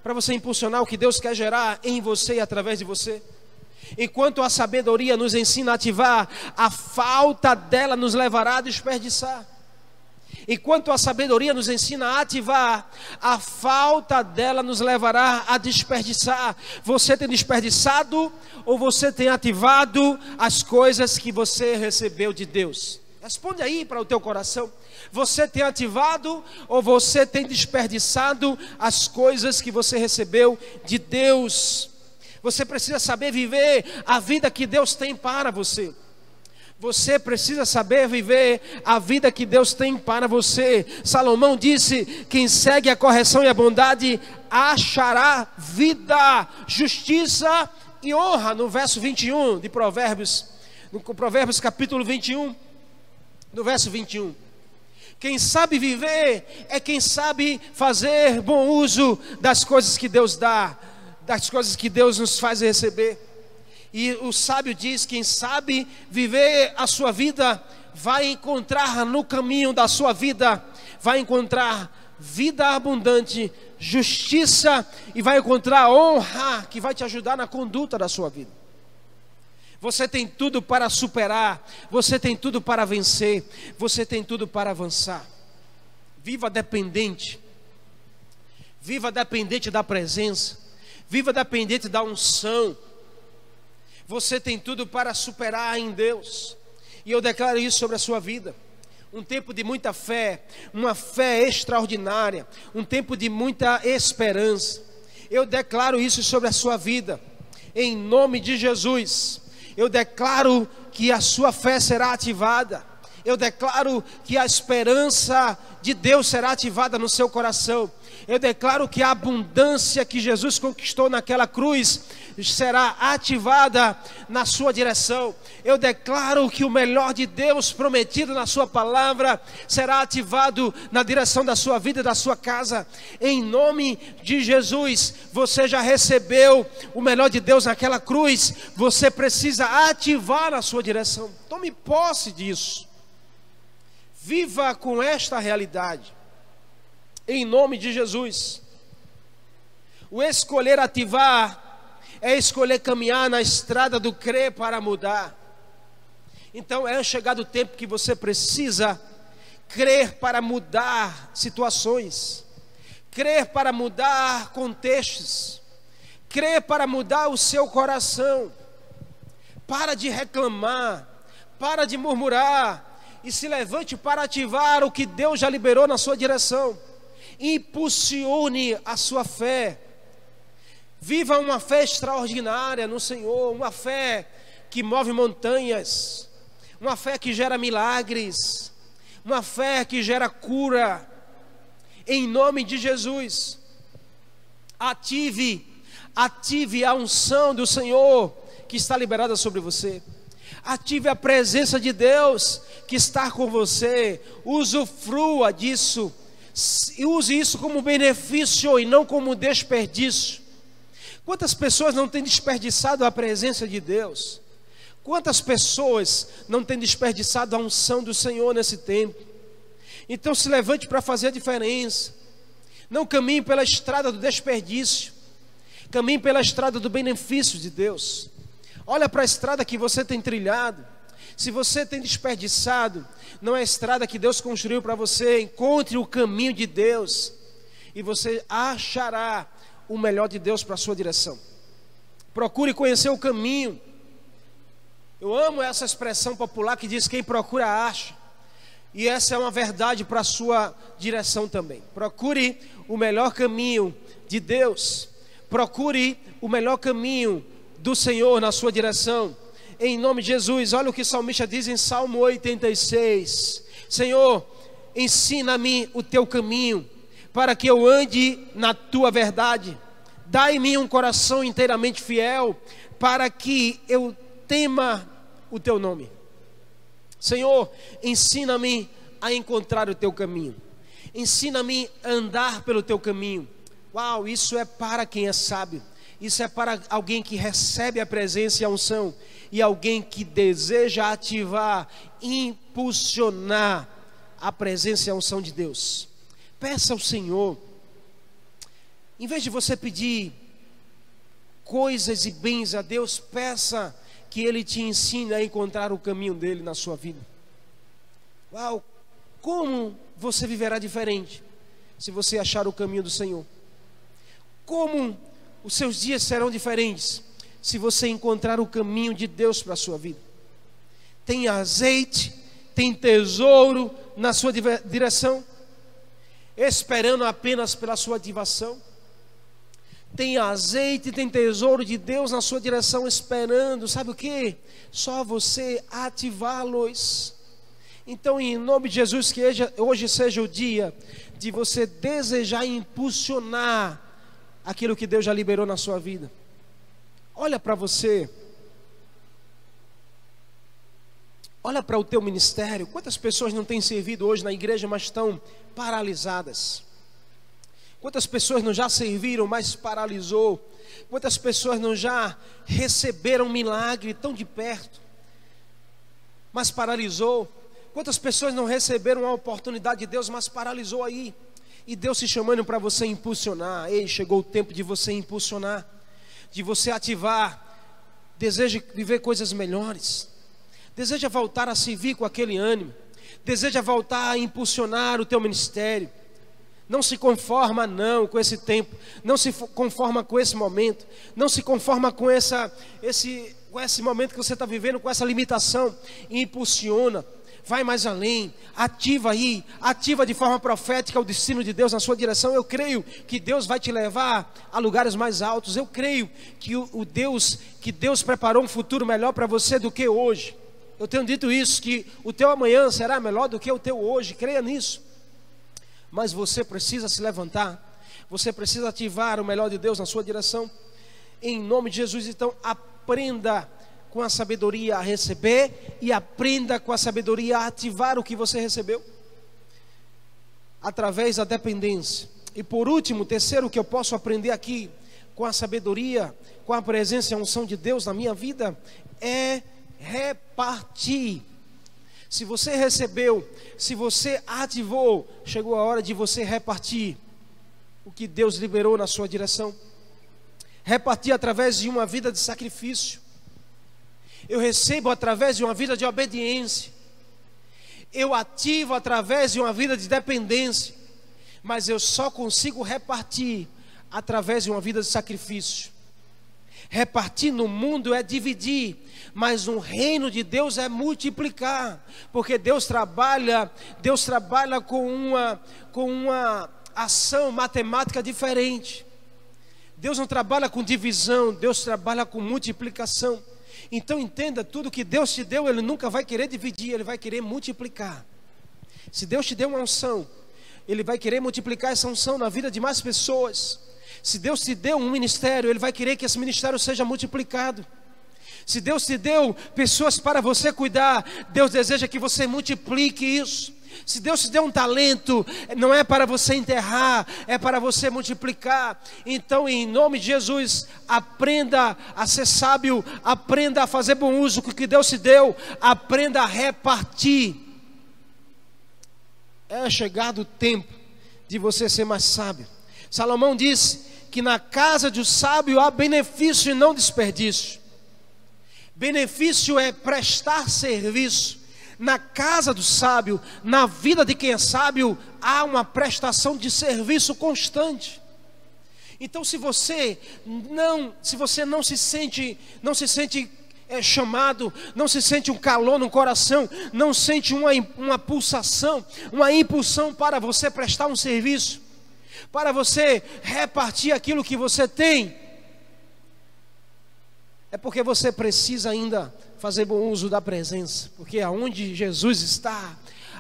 o que Deus quer gerar em você e através de você. Enquanto a sabedoria nos ensina a ativar, a falta dela nos levará a desperdiçar. Enquanto a sabedoria nos ensina a ativar, a falta dela nos levará a desperdiçar. Você tem desperdiçado ou você tem ativado as coisas que você recebeu de Deus? Responde aí para o teu coração. Você tem ativado ou você tem desperdiçado as coisas que você recebeu de Deus? Você precisa saber viver a vida que Deus tem para você. Você precisa saber viver a vida que Deus tem para você. Salomão disse: quem segue a correção e a bondade achará vida, justiça e honra. No verso 21 de Provérbios, no Provérbios capítulo 21, no verso 21. Quem sabe viver é quem sabe fazer bom uso das coisas que Deus dá, das coisas que Deus nos faz receber. E o sábio diz: quem sabe viver a sua vida vai encontrar no caminho da sua vida, vai encontrar vida abundante, justiça e vai encontrar honra que vai te ajudar na conduta da sua vida. Você tem tudo para superar, você tem tudo para vencer, você tem tudo para avançar. Viva dependente da presença, viva dependente da unção. Você tem tudo para superar em Deus. E eu declaro isso sobre a sua vida. Um tempo de muita fé, uma fé extraordinária, um tempo de muita esperança. Eu declaro isso sobre a sua vida, em nome de Jesus. Eu declaro que a sua fé será ativada. Eu declaro que a esperança de Deus será ativada no seu coração. Eu declaro que a abundância que Jesus conquistou naquela cruz será ativada na sua direção. Eu declaro que o melhor de Deus prometido na sua palavra será ativado na direção da sua vida e da sua casa. Em nome de Jesus, você já recebeu o melhor de Deus naquela cruz. Você precisa ativar a sua direção. Tome posse disso. Viva com esta realidade. Em nome de Jesus. O escolher ativar é escolher caminhar na estrada do crer para mudar. Então é chegado o tempo que você precisa crer para mudar situações, crer para mudar contextos, crer para mudar o seu coração. Para de reclamar, para de murmurar, e se levante para ativar o que Deus já liberou na sua direção. Impulsione a sua fé. Viva uma fé extraordinária no Senhor, uma fé que move montanhas, uma fé que gera milagres, uma fé que gera cura. Em nome de Jesus, ative a unção do Senhor que está liberada sobre você. Ative a presença de Deus que está com você. Usufrua disso. Use isso como benefício e não como desperdício. Quantas pessoas não têm desperdiçado a presença de Deus? Quantas pessoas não têm desperdiçado a unção do Senhor nesse tempo? Então se levante para fazer a diferença. Não caminhe pela estrada do desperdício. Caminhe pela estrada do benefício de Deus. Olha para a estrada que você tem trilhado. Se você tem desperdiçado, não é a estrada que Deus construiu para você. Encontre o caminho de Deus e você achará o melhor de Deus para a sua direção. Procure conhecer o caminho. Eu amo essa expressão popular que diz: quem procura acha. E essa é uma verdade para a sua direção também. Procure o melhor caminho de Deus. Procure o melhor caminho do Senhor na sua direção. Em nome de Jesus. Olha o que o salmista diz em Salmo 86. Senhor, ensina-me o teu caminho, para que eu ande na tua verdade. Dai-me um coração inteiramente fiel, para que eu tema o teu nome. Senhor, ensina-me a encontrar o teu caminho. Ensina-me a andar pelo teu caminho. Uau, isso é para quem é sábio. Isso é para alguém que recebe a presença e a unção, e alguém que deseja ativar, impulsionar a presença e a unção de Deus. Peça ao Senhor, em vez de você pedir coisas e bens a Deus, peça que Ele te ensine a encontrar o caminho dEle na sua vida. Uau, como você viverá diferente se você achar o caminho do Senhor? Como os seus dias serão diferentes se você encontrar o caminho de Deus para a sua vida? Tem azeite, tem tesouro na sua direção, esperando apenas pela sua ativação? Tem azeite, tem tesouro de Deus na sua direção, esperando, sabe o que? Só você ativá-los. Então, em nome de Jesus, que hoje seja o dia de você desejar impulsionar aquilo que Deus já liberou na sua vida. Olha para você. Olha para o teu ministério. Quantas pessoas não têm servido hoje na igreja, mas estão paralisadas? Quantas pessoas não já serviram, mas paralisou? Quantas pessoas não já receberam um milagre tão de perto, mas paralisou? Quantas pessoas não receberam a oportunidade de Deus, mas paralisou aí? E Deus se chamando para você impulsionar. Ei, chegou o tempo de você impulsionar, de você ativar. Deseja viver coisas melhores, deseja voltar a servir com aquele ânimo, deseja voltar a impulsionar o teu ministério. Não se conforma não com esse tempo, não se conforma com esse momento, não se conforma com esse momento que você está vivendo, com essa limitação. Impulsiona, vai mais além, ativa aí, ativa de forma profética o destino de Deus na sua direção. Eu creio que Deus vai te levar a lugares mais altos. Eu creio que Deus preparou um futuro melhor para você do que hoje. Eu tenho dito isso, que o teu amanhã será melhor do que o teu hoje. Creia nisso. Mas você precisa se levantar, você precisa ativar o melhor de Deus na sua direção. Em nome de Jesus, então aprenda com a sabedoria a receber e aprenda com a sabedoria a ativar o que você recebeu através da dependência. E por último, terceiro, que eu posso aprender aqui com a sabedoria, com a presença e a unção de Deus na minha vida, é repartir. Se você recebeu, se você ativou, chegou a hora de você repartir o que Deus liberou na sua direção. Repartir através de uma vida de sacrifício. Eu recebo através de uma vida de obediência. Eu ativo através de uma vida de dependência. mas eu só consigo repartir através de uma vida de sacrifício. Repartir no mundo é dividir, mas no reino de Deus é multiplicar, porque Deus trabalha com uma ação matemática diferente. Deus não trabalha com divisão, Deus trabalha com multiplicação. Então entenda, tudo que Deus te deu, Ele nunca vai querer dividir, Ele vai querer multiplicar. Se Deus te deu uma unção, Ele vai querer multiplicar essa unção na vida de mais pessoas. Se Deus te deu um ministério, Ele vai querer que esse ministério seja multiplicado. Se Deus te deu pessoas para você cuidar, Deus deseja que você multiplique isso. Se Deus te deu um talento, não é para você enterrar, é para você multiplicar. Então, em nome de Jesus, aprenda a ser sábio, aprenda a fazer bom uso com o que Deus te deu, aprenda a repartir. É chegado o tempo de você ser mais sábio. Salomão diz que na casa do sábio há benefício e não desperdício. Benefício é prestar serviço. Na casa do sábio, na vida de quem é sábio, há uma prestação de serviço constante. Então, se você não se sente chamado, não se sente um calor no coração, não sente uma pulsação, uma impulsão para você prestar um serviço, para você repartir aquilo que você tem, é porque você precisa ainda fazer bom uso da presença, porque aonde Jesus está,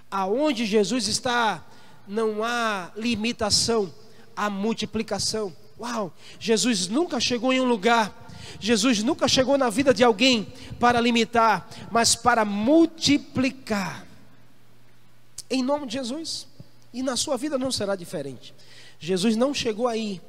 não há limitação, há multiplicação. Uau, Jesus nunca chegou em um lugar, Jesus nunca chegou na vida de alguém para limitar, mas para multiplicar, em nome de Jesus. E na sua vida não será diferente. Jesus não chegou aí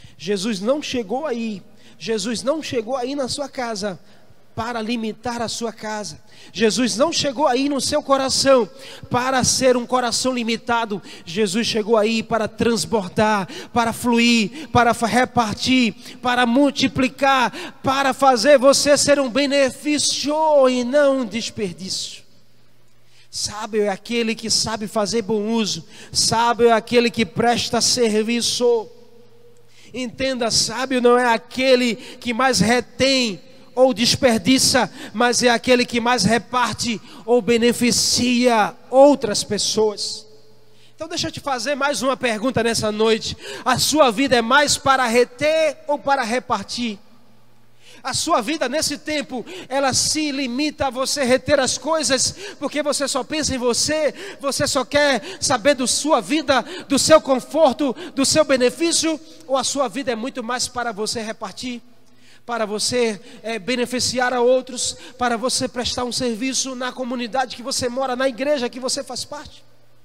na sua casa para limitar a sua casa. Jesus não chegou aí no seu coração para ser um coração limitado. Jesus chegou aí para transbordar, para fluir, para repartir, para multiplicar, para fazer você ser um benefício e não um desperdício. Sábio é aquele que sabe fazer bom uso, sábio é aquele que presta serviço. Entenda, sábio não é aquele que mais retém ou desperdiça, mas é aquele que mais reparte ou beneficia outras pessoas. Então deixa eu te fazer mais uma pergunta nessa noite. A sua vida é mais para reter ou para repartir? A sua vida nesse tempo, ela se limita a você reter as coisas, porque você só pensa em você só quer saber da sua vida, do seu conforto, do seu benefício, ou a sua vida é muito mais para você repartir, para você beneficiar a outros, para você prestar um serviço na comunidade que você mora, na igreja que você faz parte?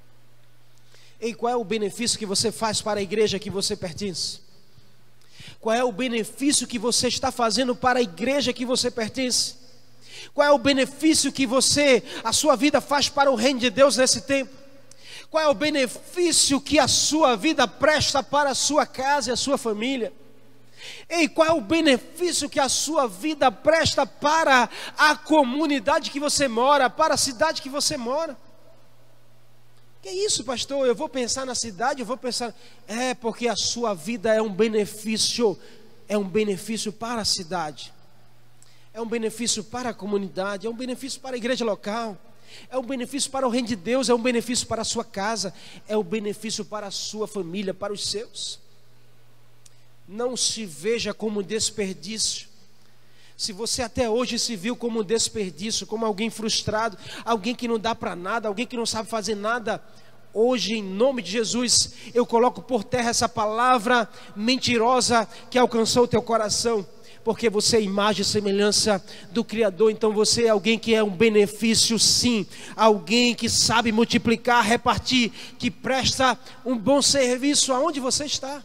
E qual é o benefício que você faz para a igreja que você pertence? Qual é o benefício que você está fazendo para a igreja que você pertence? Qual é o benefício que a sua vida faz para o reino de Deus nesse tempo? Qual é o benefício que a sua vida presta para a sua casa e a sua família? E qual é o benefício que a sua vida presta para a comunidade que você mora, para a cidade que você mora? Que isso, pastor? Eu vou pensar na cidade, eu vou pensar... porque a sua vida é um benefício para a cidade, é um benefício para a comunidade, é um benefício para a igreja local, é um benefício para o reino de Deus, é um benefício para a sua casa, é um benefício para a sua família, para os seus. Não se veja como desperdício. Se você até hoje se viu como desperdício, como alguém frustrado, alguém que não dá para nada, alguém que não sabe fazer nada, hoje, em nome de Jesus, eu coloco por terra essa palavra mentirosa que alcançou o teu coração, porque você é imagem e semelhança do Criador. Então você é alguém que é um benefício, sim, alguém que sabe multiplicar, repartir, que presta um bom serviço aonde você está.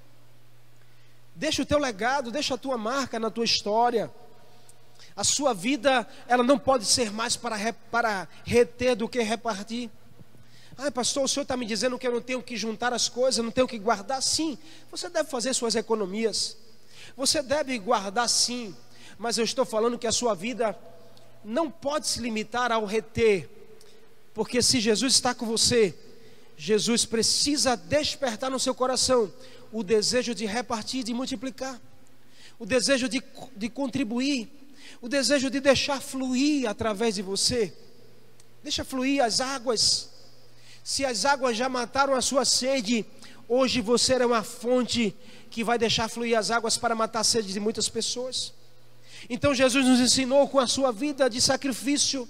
Deixa o teu legado, deixa a tua marca na tua história. A sua vida, ela não pode ser mais para reter do que repartir. Pastor, o senhor está me dizendo que eu não tenho que juntar as coisas, não tenho que guardar? Sim, você deve fazer suas economias, você deve guardar, sim, mas eu estou falando que a sua vida não pode se limitar ao reter, porque se Jesus está com você, Jesus precisa despertar no seu coração o desejo de repartir, de multiplicar, o desejo de contribuir, o desejo de deixar fluir através de você. Deixa fluir as águas. Se as águas já mataram a sua sede, hoje você é uma fonte que vai deixar fluir as águas para matar a sede de muitas pessoas. Então Jesus nos ensinou com a sua vida de sacrifício.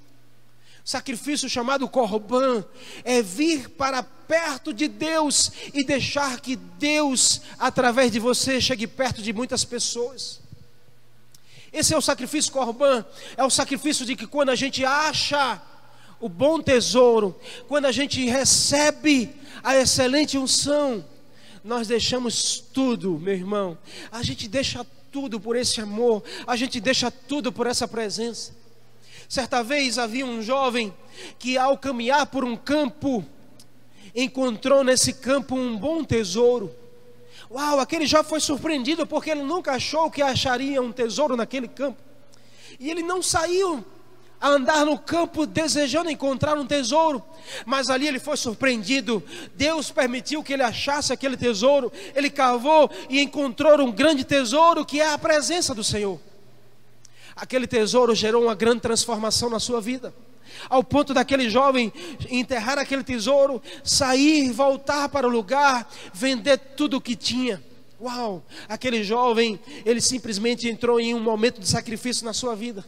Sacrifício chamado Corban é vir para perto de Deus e deixar que Deus, através de você, chegue perto de muitas pessoas. Esse é o sacrifício Corban. É o sacrifício de que quando a gente acha o bom tesouro, quando a gente recebe a excelente unção, nós deixamos tudo, meu irmão. A gente deixa tudo por esse amor, a gente deixa tudo por essa presença. Certa vez havia um jovem que, ao caminhar por um campo, encontrou nesse campo um bom tesouro. Uau, aquele jovem foi surpreendido, porque ele nunca achou que acharia um tesouro naquele campo. E ele não saiu a andar no campo desejando encontrar um tesouro, mas ali ele foi surpreendido. Deus permitiu que ele achasse aquele tesouro. Ele cavou e encontrou um grande tesouro, que é a presença do Senhor. Aquele tesouro gerou uma grande transformação na sua vida, ao ponto daquele jovem enterrar aquele tesouro, sair, voltar para o lugar, vender tudo o que tinha. Uau, aquele jovem, ele simplesmente entrou em um momento de sacrifício na sua vida.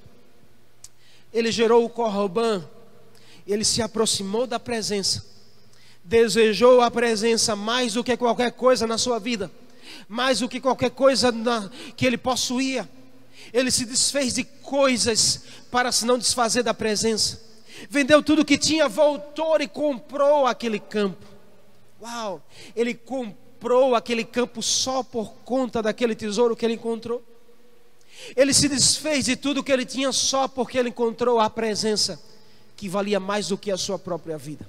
Ele gerou o Corban, ele se aproximou da presença, desejou a presença mais do que qualquer coisa na sua vida, mais do que qualquer coisa que ele possuía. Ele se desfez de coisas para se não desfazer da presença. Vendeu tudo o que tinha, voltou e comprou aquele campo. Uau! Ele comprou aquele campo só por conta daquele tesouro que ele encontrou. Ele se desfez de tudo que ele tinha só porque ele encontrou a presença, que valia mais do que a sua própria vida.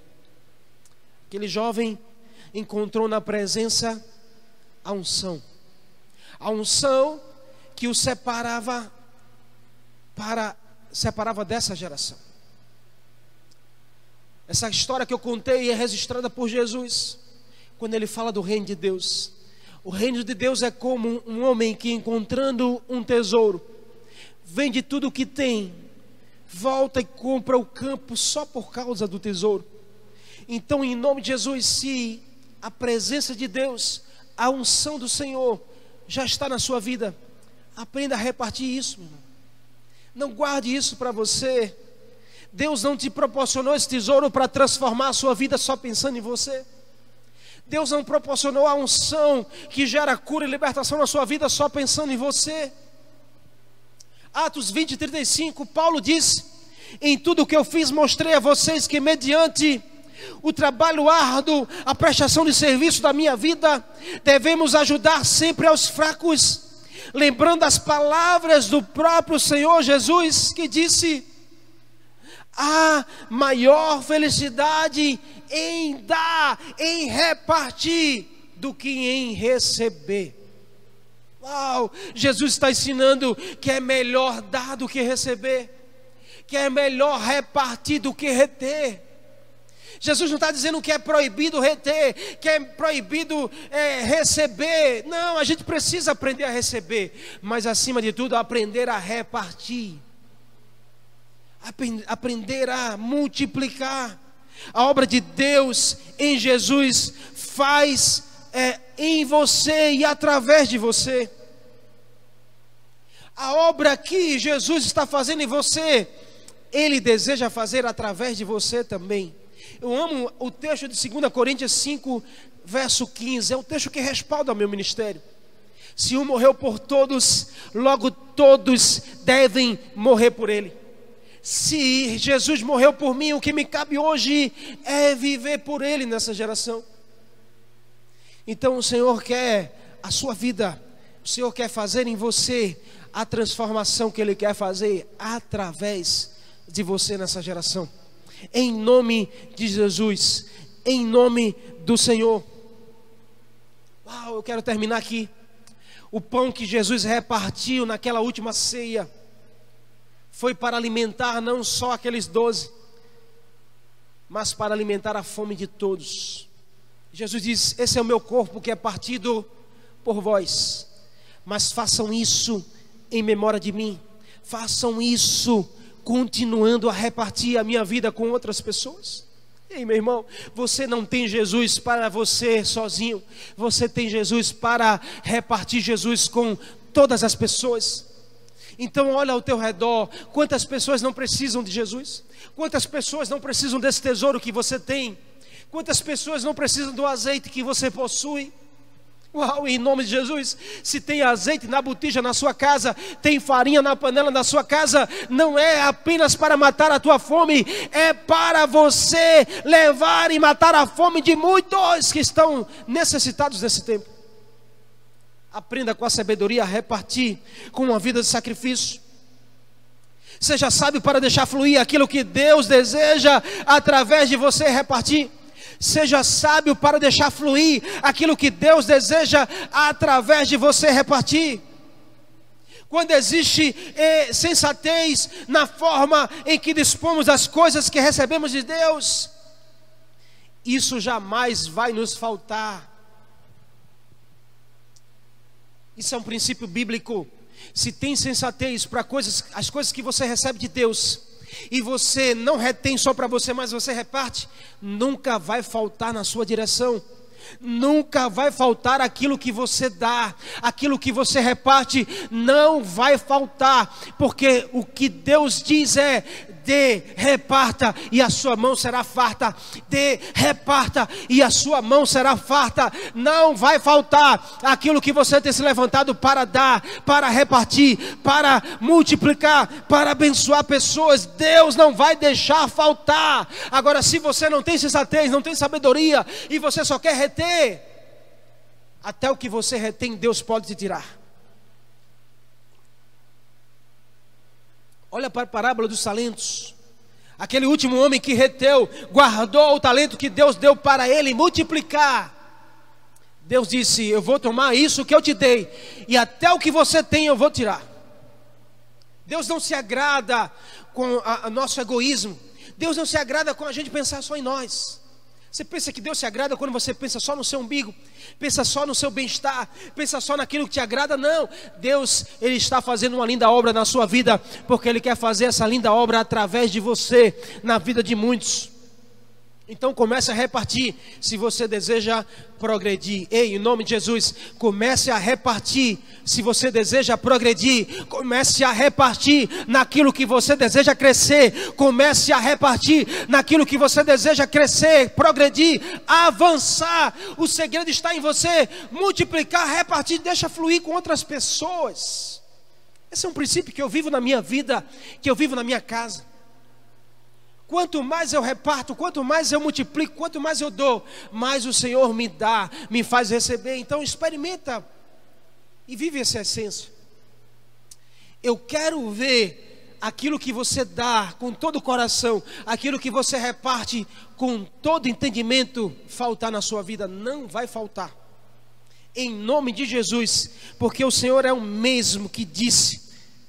Aquele jovem encontrou na presença a unção. A unção que o separava dessa geração. Essa história que eu contei é registrada por Jesus, quando ele fala do reino de Deus. O reino de Deus é como um homem que, encontrando um tesouro, vende tudo o que tem, volta e compra o campo só por causa do tesouro. Então, em nome de Jesus, se a presença de Deus, a unção do Senhor já está na sua vida, aprenda a repartir isso, meu irmão. Não guarde isso para você. Deus não te proporcionou esse tesouro para transformar a sua vida só pensando em você. Deus não proporcionou a unção que gera cura e libertação na sua vida só pensando em você. Atos 20:35, Paulo diz: em tudo o que eu fiz, mostrei a vocês que mediante o trabalho árduo, a prestação de serviço da minha vida, devemos ajudar sempre aos fracos, lembrando as palavras do próprio Senhor Jesus, que disse: há maior felicidade em dar, em repartir, do que em receber. Uau! Jesus está ensinando que é melhor dar do que receber, que é melhor repartir do que reter. Jesus não está dizendo que é proibido reter, que é proibido receber. Não, a gente precisa aprender a receber, mas acima de tudo aprender a repartir, aprender a multiplicar. A obra de Deus em Jesus faz em você e através de você. A obra que Jesus está fazendo em você, Ele deseja fazer através de você também. Eu amo o texto de 2 Coríntios 5, verso 15. É o texto que respalda o meu ministério. Se um morreu por todos, logo todos devem morrer por ele. Se Jesus morreu por mim, o que me cabe hoje é viver por ele nessa geração. Então o Senhor quer a sua vida, o Senhor quer fazer em você a transformação que Ele quer fazer através de você nessa geração. Em nome de Jesus, em nome do Senhor. Uau, eu quero terminar aqui. O pão que Jesus repartiu naquela última ceia foi para alimentar não só aqueles 12, mas para alimentar a fome de todos. Jesus diz: esse é o meu corpo que é partido por vós, mas façam isso em memória de mim. Façam isso continuando a repartir a minha vida com outras pessoas. Ei, meu irmão, você não tem Jesus para você sozinho, você tem Jesus para repartir Jesus com todas as pessoas. Então olha ao teu redor, quantas pessoas não precisam de Jesus? Quantas pessoas não precisam desse tesouro que você tem? Quantas pessoas não precisam do azeite que você possui? Uau, em nome de Jesus, se tem azeite na botija na sua casa, tem farinha na panela na sua casa, não é apenas para matar a tua fome, é para você levar e matar a fome de muitos que estão necessitados desse tempo. Aprenda com a sabedoria a repartir com uma vida de sacrifício. Seja sábio para deixar fluir aquilo que Deus deseja através de você repartir. Seja sábio para deixar fluir aquilo que Deus deseja através de você repartir. Quando existe sensatez na forma em que dispomos das coisas que recebemos de Deus, isso jamais vai nos faltar. Isso é um princípio bíblico. Se tem sensatez para as coisas que você recebe de Deus, e você não retém só para você, mas você reparte, nunca vai faltar na sua direção. Nunca vai faltar aquilo que você dá, aquilo que você reparte, não vai faltar, porque o que Deus diz é: dê, reparta e a sua mão será farta. Dê, reparta e a sua mão será farta. Não vai faltar aquilo que você tem se levantado para dar, para repartir, para multiplicar, para abençoar pessoas. Deus não vai deixar faltar. Agora, se você não tem sensatez, não tem sabedoria e você só quer reter, até o que você retém Deus pode te tirar. Olha para a parábola dos talentos. Aquele último homem que reteu, guardou o talento que Deus deu para ele multiplicar. Deus disse: eu vou tomar isso que eu te dei, e até o que você tem eu vou tirar. Deus não se agrada com o nosso egoísmo. Deus não se agrada com a gente pensar só em nós. Você pensa que Deus se agrada quando você pensa só no seu umbigo, pensa só no seu bem-estar, pensa só naquilo que te agrada? Não, Deus, Ele está fazendo uma linda obra na sua vida, porque Ele quer fazer essa linda obra através de você, na vida de muitos. Então comece a repartir, se você deseja progredir. Ei, em nome de Jesus, comece a repartir, se você deseja progredir. Comece a repartir naquilo que você deseja crescer. Comece a repartir naquilo que você deseja crescer, progredir, avançar. O segredo está em você multiplicar, repartir, deixa fluir com outras pessoas. Esse é um princípio que eu vivo na minha vida, que eu vivo na minha casa. Quanto mais eu reparto, quanto mais eu multiplico, quanto mais eu dou, mais o Senhor me dá, me faz receber. Então experimenta e vive essa essência. Eu quero ver aquilo que você dá com todo o coração, aquilo que você reparte com todo entendimento, faltar na sua vida. Não vai faltar, em nome de Jesus, porque o Senhor é o mesmo que disse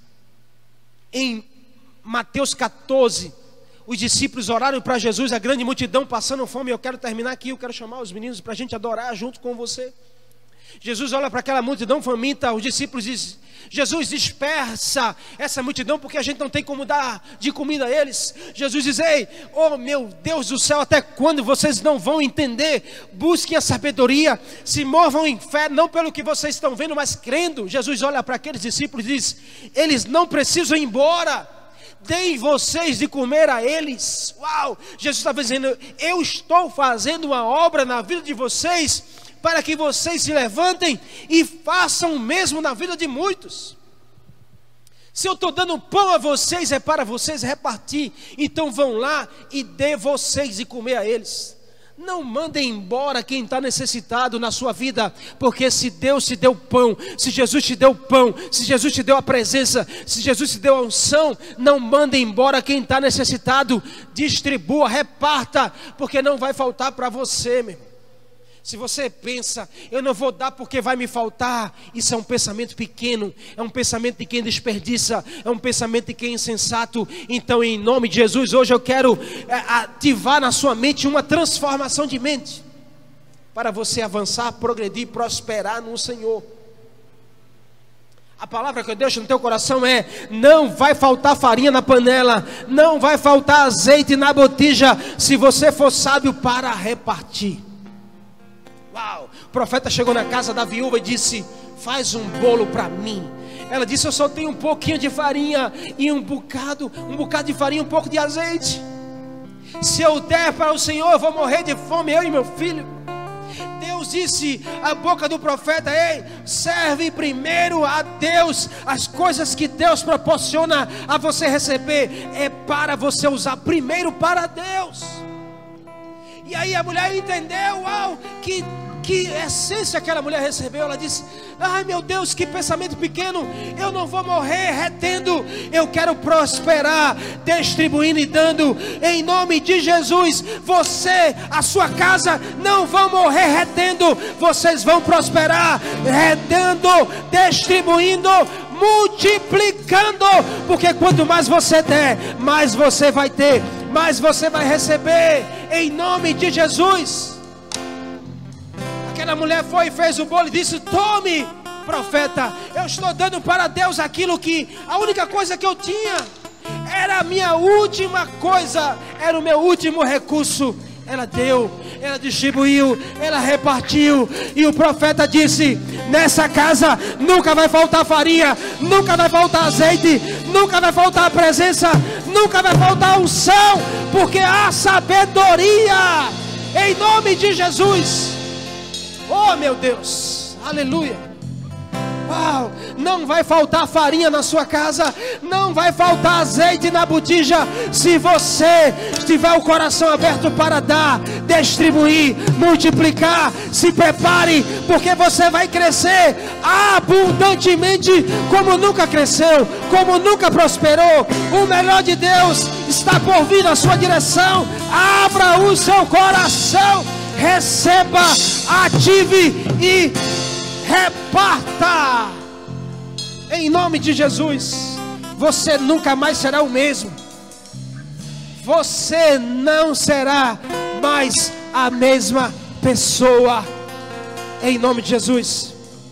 em Mateus 14, os discípulos oraram para Jesus, a grande multidão passando fome. Eu quero terminar aqui, eu quero chamar os meninos para a gente adorar junto com você. Jesus olha para aquela multidão faminta, os discípulos dizem: Jesus, dispersa essa multidão, porque a gente não tem como dar de comida a eles. Jesus diz: ei, oh meu Deus do céu, até quando vocês não vão entender? Busquem a sabedoria, se movam em fé, não pelo que vocês estão vendo, mas crendo. Jesus olha para aqueles discípulos e diz: eles não precisam ir embora, deem vocês de comer a eles. Uau, Jesus está dizendo: eu estou fazendo uma obra na vida de vocês, para que vocês se levantem e façam o mesmo na vida de muitos. Se eu estou dando pão a vocês, é para vocês repartir. Então vão lá e dê vocês de comer a eles. Não mandem embora quem está necessitado na sua vida, porque se Deus te deu pão, se Jesus te deu pão, se Jesus te deu a presença, se Jesus te deu a unção, não mandem embora quem está necessitado. Distribua, reparta, porque não vai faltar para você, meu irmão. Se você pensa, eu não vou dar porque vai me faltar, isso é um pensamento pequeno, é um pensamento de quem desperdiça, é um pensamento de quem é insensato. Então, em nome de Jesus, hoje eu quero ativar na sua mente uma transformação de mente, para você avançar, progredir, prosperar no Senhor. A palavra que eu deixo no teu coração é: não vai faltar farinha na panela, não vai faltar azeite na botija, se você for sábio para repartir. Uau! O profeta chegou na casa da viúva e disse: faz um bolo para mim. Ela disse: eu só tenho um pouquinho de farinha e um bocado de farinha, um pouco de azeite. Se eu der para o Senhor, eu vou morrer de fome, eu e meu filho. Deus disse à boca do profeta: ei, serve primeiro a Deus. As coisas que Deus proporciona a você receber é para você usar primeiro para Deus. E aí a mulher entendeu, uau, que essência aquela mulher recebeu. Ela disse: ai meu Deus, que pensamento pequeno. Eu não vou morrer retendo, eu quero prosperar, distribuindo e dando. Em nome de Jesus, você, a sua casa não vão morrer retendo, vocês vão prosperar, retendo, distribuindo, multiplicando. Porque quanto mais você der, mais você vai ter, mais você vai receber. Em nome de Jesus. Aquela mulher foi e fez o bolo e disse: tome, profeta, eu estou dando para Deus aquilo que, a única coisa que eu tinha, era a minha última coisa, era o meu último recurso. Ela deu, ela distribuiu, ela repartiu. E o profeta disse: nessa casa nunca vai faltar farinha, nunca vai faltar azeite, nunca vai faltar a presença, nunca vai faltar unção, porque há sabedoria. Em nome de Jesus. Oh meu Deus, aleluia. Uau, não vai faltar farinha na sua casa, não vai faltar azeite na botija, se você tiver o coração aberto para dar, distribuir, multiplicar. Se prepare, porque você vai crescer abundantemente, como nunca cresceu, como nunca prosperou. O melhor de Deus está por vir na sua direção. Abra o seu coração, receba, ative e reparta. Em nome de Jesus. Você nunca mais será o mesmo. Você não será mais a mesma pessoa. Em nome de Jesus.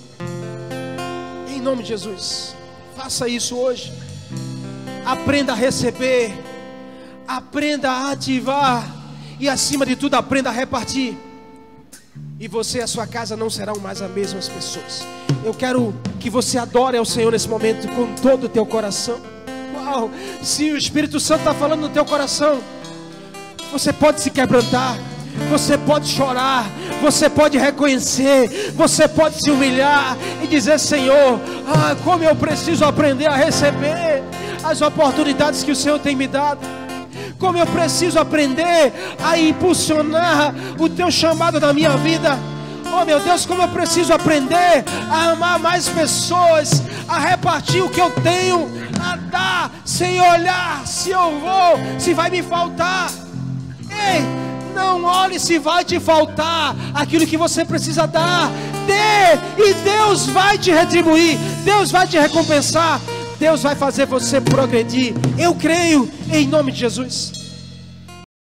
Em nome de Jesus. Faça isso hoje. Aprenda a receber, aprenda a ativar, e acima de tudo, aprenda a repartir. E você e a sua casa não serão mais as mesmas pessoas. Eu quero que você adore ao Senhor nesse momento com todo o teu coração. Uau! Se o Espírito Santo está falando no teu coração, você pode se quebrantar, você pode chorar, você pode reconhecer, você pode se humilhar e dizer: Senhor, como eu preciso aprender a receber as oportunidades que o Senhor tem me dado. Como eu preciso aprender a impulsionar o teu chamado na minha vida. Oh meu Deus, como eu preciso aprender a amar mais pessoas, a repartir o que eu tenho, a dar sem olhar se eu vou, se vai me faltar. Ei, não olhe se vai te faltar aquilo que você precisa dar. Dê, e Deus vai te retribuir, Deus vai te recompensar, Deus vai fazer você progredir. Eu creio em nome de Jesus.